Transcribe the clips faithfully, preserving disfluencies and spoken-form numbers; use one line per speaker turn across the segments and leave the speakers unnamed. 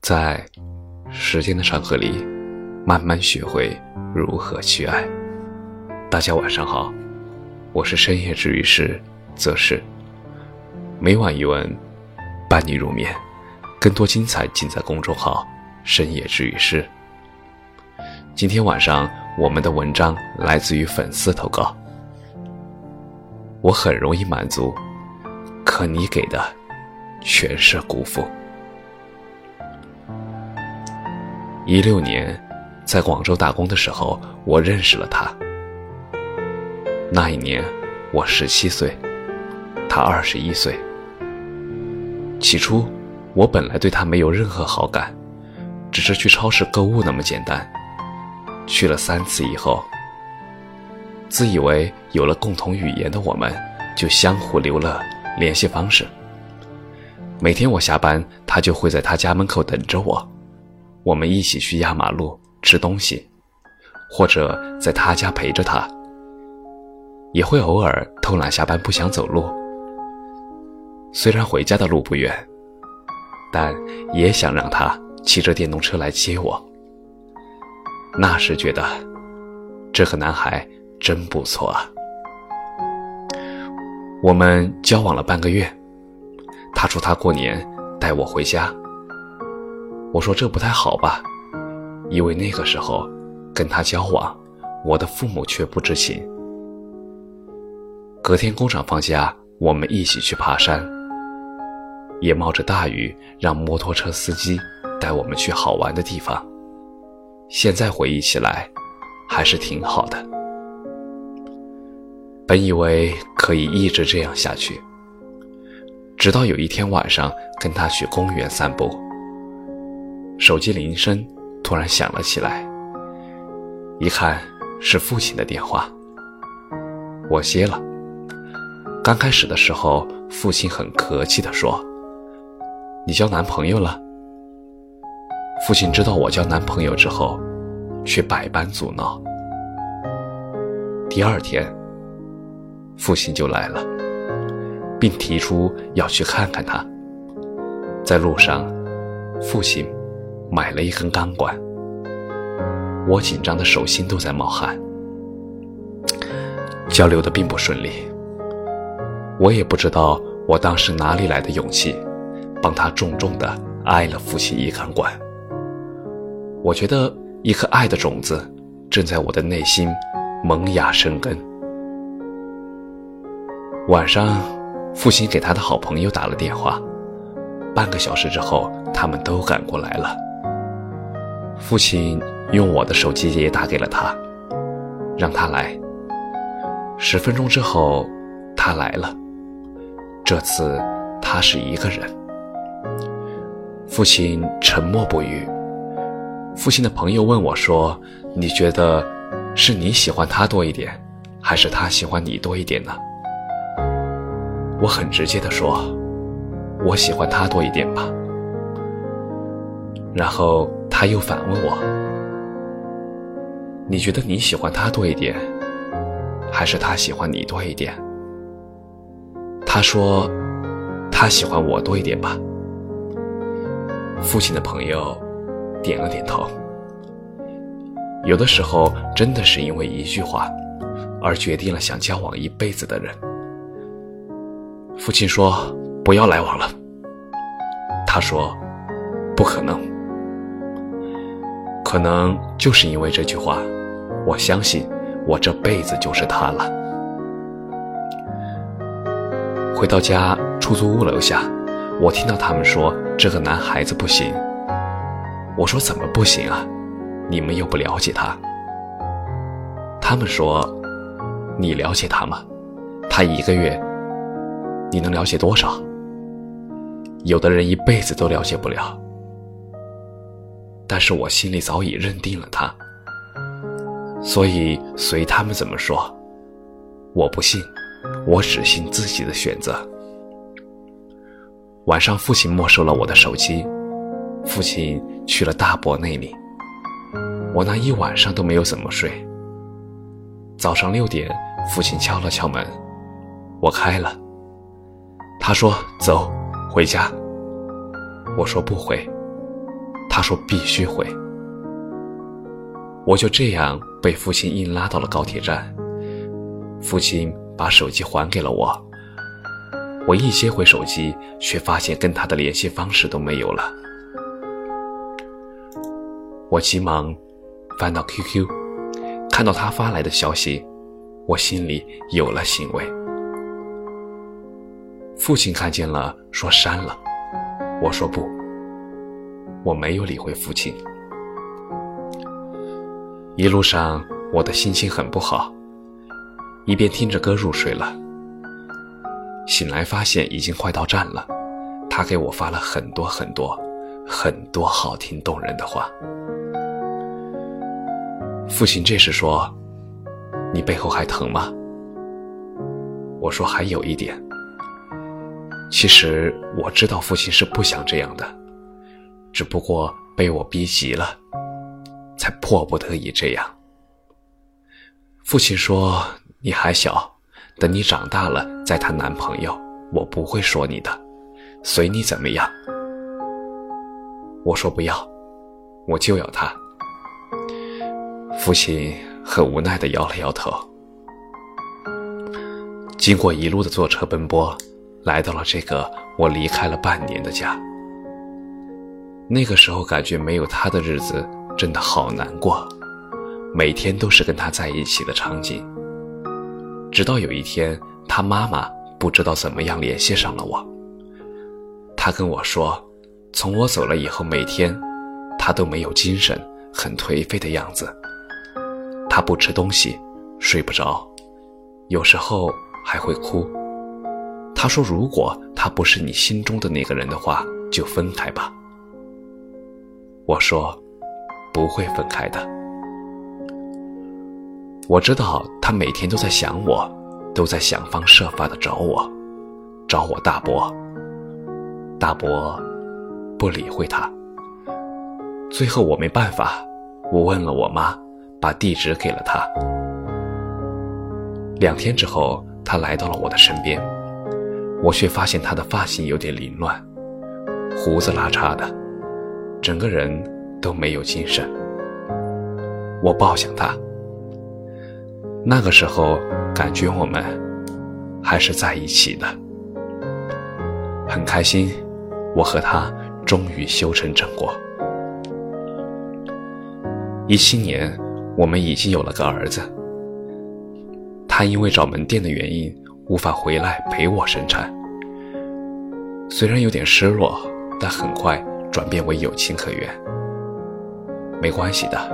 在时间的长河里慢慢学会如何去爱。大家晚上好，我是深夜治愈师则是，每晚一文伴你入眠，更多精彩尽在公众号深夜治愈师。今天晚上我们的文章来自于粉丝投稿。我很容易满足，可你给的全是辜负。一六年在广州打工的时候，我认识了他。那一年我十七岁，他二十一岁。起初我本来对他没有任何好感，只是去超市购物那么简单。去了三次以后，自以为有了共同语言的我们就相互留了联系方式。每天我下班，他就会在他家门口等着我，我们一起去压马路吃东西，或者在他家陪着他，也会偶尔偷懒下班不想走路。虽然回家的路不远，但也想让他骑着电动车来接我。那时觉得这个男孩真不错啊。我们交往了半个月，他说他过年带我回家。我说这不太好吧，因为那个时候跟他交往，我的父母却不知情。隔天工厂放假，我们一起去爬山，也冒着大雨让摩托车司机带我们去好玩的地方。现在回忆起来还是挺好的。本以为可以一直这样下去，直到有一天晚上跟他去公园散步，手机铃声突然响了起来，一看是父亲的电话。我接了。刚开始的时候，父亲很客气地说：“你交男朋友了？”父亲知道我交男朋友之后，却百般阻挠。第二天，父亲就来了，并提出要去看看他。在路上，父亲买了一根钢管，我紧张的手心都在冒汗。交流的并不顺利，我也不知道我当时哪里来的勇气，帮他重重地挨了父亲一钢管。我觉得一颗爱的种子正在我的内心萌芽生根。晚上，父亲给他的好朋友打了电话，半个小时之后他们都赶过来了。父亲用我的手机也打给了他，让他来。十分钟之后他来了，这次他是一个人。父亲沉默不语。父亲的朋友问我说：“你觉得是你喜欢他多一点，还是他喜欢你多一点呢？”我很直接地说：“我喜欢他多一点吧。”然后他又反问我：“你觉得你喜欢他多一点，还是他喜欢你多一点？”他说：“他喜欢我多一点吧。”父亲的朋友点了点头。有的时候真的是因为一句话而决定了想交往一辈子的人。父亲说：“不要来往了。”他说：“不可能。”可能就是因为这句话，我相信我这辈子就是他了。回到家，出租屋楼下，我听到他们说这个男孩子不行。我说：“怎么不行啊？你们又不了解他。”他们说：“你了解他吗？他一个月你能了解多少？有的人一辈子都了解不了。”但是我心里早已认定了他，所以随他们怎么说，我不信，我只信自己的选择。晚上父亲没收了我的手机，父亲去了大伯那里，我那一晚上都没有怎么睡。早上六点，父亲敲了敲门，我开了。他说：“走，回家。”我说：“不回。” 他说必须回。我就这样被父亲硬拉到了高铁站，父亲把手机还给了我，我一接回手机，却发现跟他的联系方式都没有了。我急忙翻到 Q Q， 看到他发来的消息，我心里有了欣慰。父亲看见了，说删了。我说不，我没有理会父亲。一路上我的心情很不好，一边听着歌入睡了。醒来发现已经快到站了，他给我发了很多很多很多好听动人的话。父亲这时说，你背后还疼吗？我说还有一点。其实我知道父亲是不想这样的，只不过被我逼急了，才迫不得已这样。父亲说，你还小，等你长大了再谈男朋友，我不会说你的，随你怎么样。我说不要，我就要他。父亲很无奈地摇了摇头。经过一路的坐车奔波，来到了这个我离开了半年的家。那个时候感觉没有他的日子真的好难过，每天都是跟他在一起的场景。直到有一天，他妈妈不知道怎么样联系上了我。他跟我说，从我走了以后，每天他都没有精神，很颓废的样子。他不吃东西，睡不着，有时候还会哭。他说，如果他不是你心中的那个人的话，就分开吧。我说，不会分开的。我知道他每天都在想我，都在想方设法的找我，找我大伯。大伯不理会他。最后我没办法，我问了我妈，把地址给了他。两天之后，他来到了我的身边，我却发现他的发型有点凌乱，胡子拉碴的，整个人都没有精神。我抱向他，那个时候感觉我们还是在一起的，很开心，我和他终于修成正果。一七年，我们已经有了个儿子。他因为找门店的原因，无法回来陪我生产。虽然有点失落，但很快转变为有情可原。没关系的。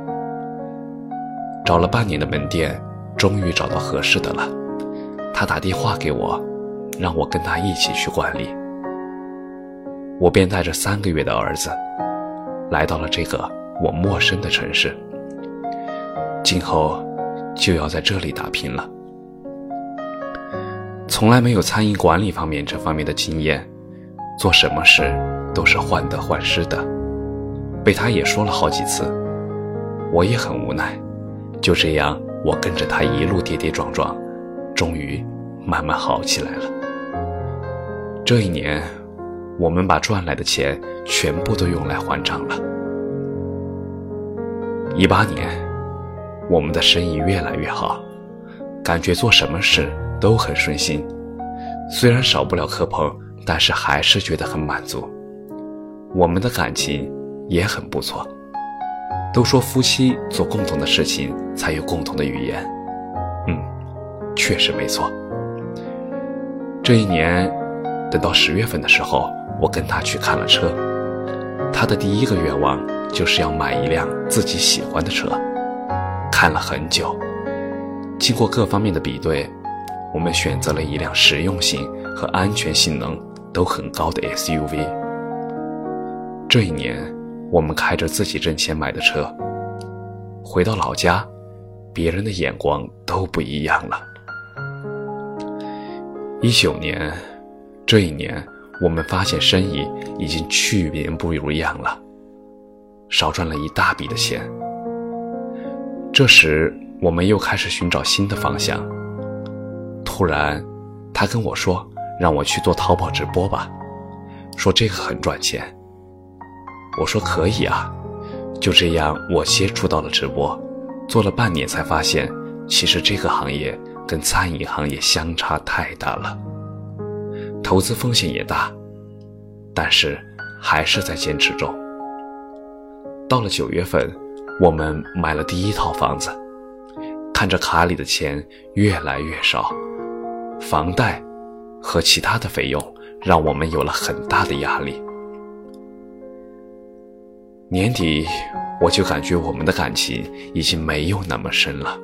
找了半年的门店，终于找到合适的了。他打电话给我，让我跟他一起去管理。我便带着三个月的儿子，来到了这个我陌生的城市。今后就要在这里打拼了。从来没有餐饮管理方面这方面的经验，做什么事都是患得患失的，被他也说了好几次，我也很无奈。就这样，我跟着他一路跌跌撞撞，终于慢慢好起来了。这一年，我们把赚来的钱全部都用来还账了。一八年，我们的生意越来越好，感觉做什么事都很顺心，虽然少不了磕碰，但是还是觉得很满足。我们的感情也很不错，都说夫妻做共同的事情才有共同的语言。嗯，确实没错。这一年，等到十月份的时候，我跟他去看了车。他的第一个愿望就是要买一辆自己喜欢的车。看了很久，经过各方面的比对，我们选择了一辆实用性和安全性能都很高的 S U V。 这一年，我们开着自己挣钱买的车，回到老家，别人的眼光都不一样了。一九年，这一年我们发现生意已经去年不如样了，少赚了一大笔的钱。这时我们又开始寻找新的方向。突然他跟我说，让我去做淘宝直播吧，说这个很赚钱。 我说可以啊。就这样，我接触到了直播，做了半年才发现，其实这个行业跟餐饮行业相差太大了，投资风险也大，但是还是在坚持中。到了九月份，我们买了第一套房子，看着卡里的钱越来越少，房贷和其他的费用让我们有了很大的压力。年底我就感觉我们的感情已经没有那么深了。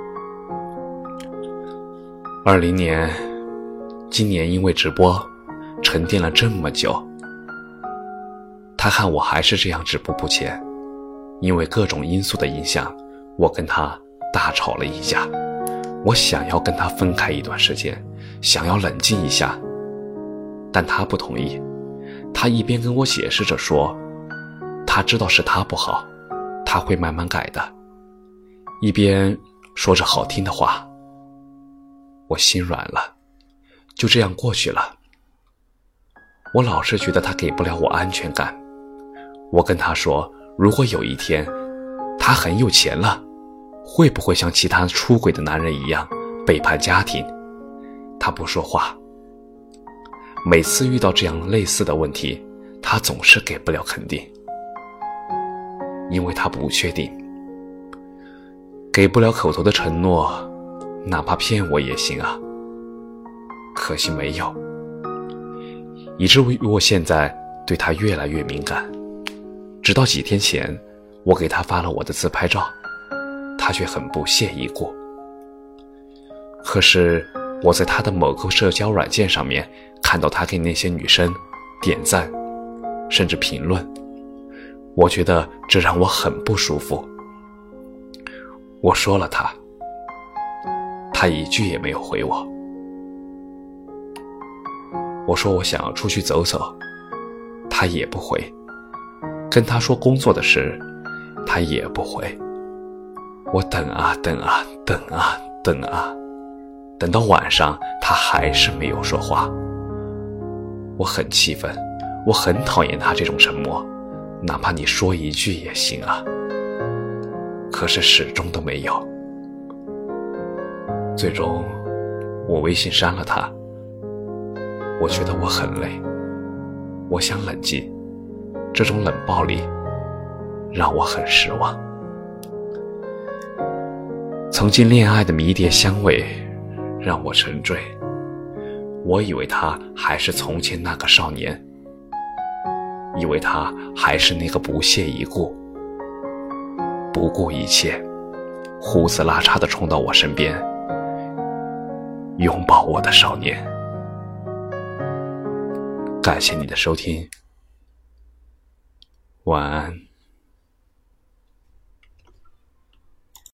二零年，今年因为直播沉淀了这么久，他看我还是这样止步不前，因为各种因素的影响，我跟他大吵了一架。我想要跟他分开一段时间，想要冷静一下，但他不同意。他一边跟我解释着说，他知道是他不好，他会慢慢改的，一边说着好听的话。我心软了，就这样过去了。我老是觉得他给不了我安全感。我跟他说，如果有一天他很有钱了，会不会像其他出轨的男人一样背叛家庭？他不说话。每次遇到这样类似的问题，他总是给不了肯定，因为他不确定，给不了口头的承诺，哪怕骗我也行啊。可惜没有，以至于我现在对他越来越敏感。直到几天前，我给他发了我的自拍照，他却很不屑一顾。可是我在他的某个社交软件上面看到他给那些女生点赞，甚至评论，我觉得这让我很不舒服。我说了他，他一句也没有回我。我说我想要出去走走，他也不回。跟他说工作的事，他也不回。我等啊等啊等啊等啊，等到晚上他还是没有说话。我很气愤，我很讨厌他这种沉默，哪怕你说一句也行啊。可是始终都没有。最终我微信删了他。我觉得我很累，我想冷静，这种冷暴力让我很失望。曾经恋爱的迷迭香味让我沉醉，我以为他还是从前那个少年，以为他还是那个不屑一顾、不顾一切、胡子拉碴地冲到我身边，拥抱我的少年。感谢你的收听，晚安。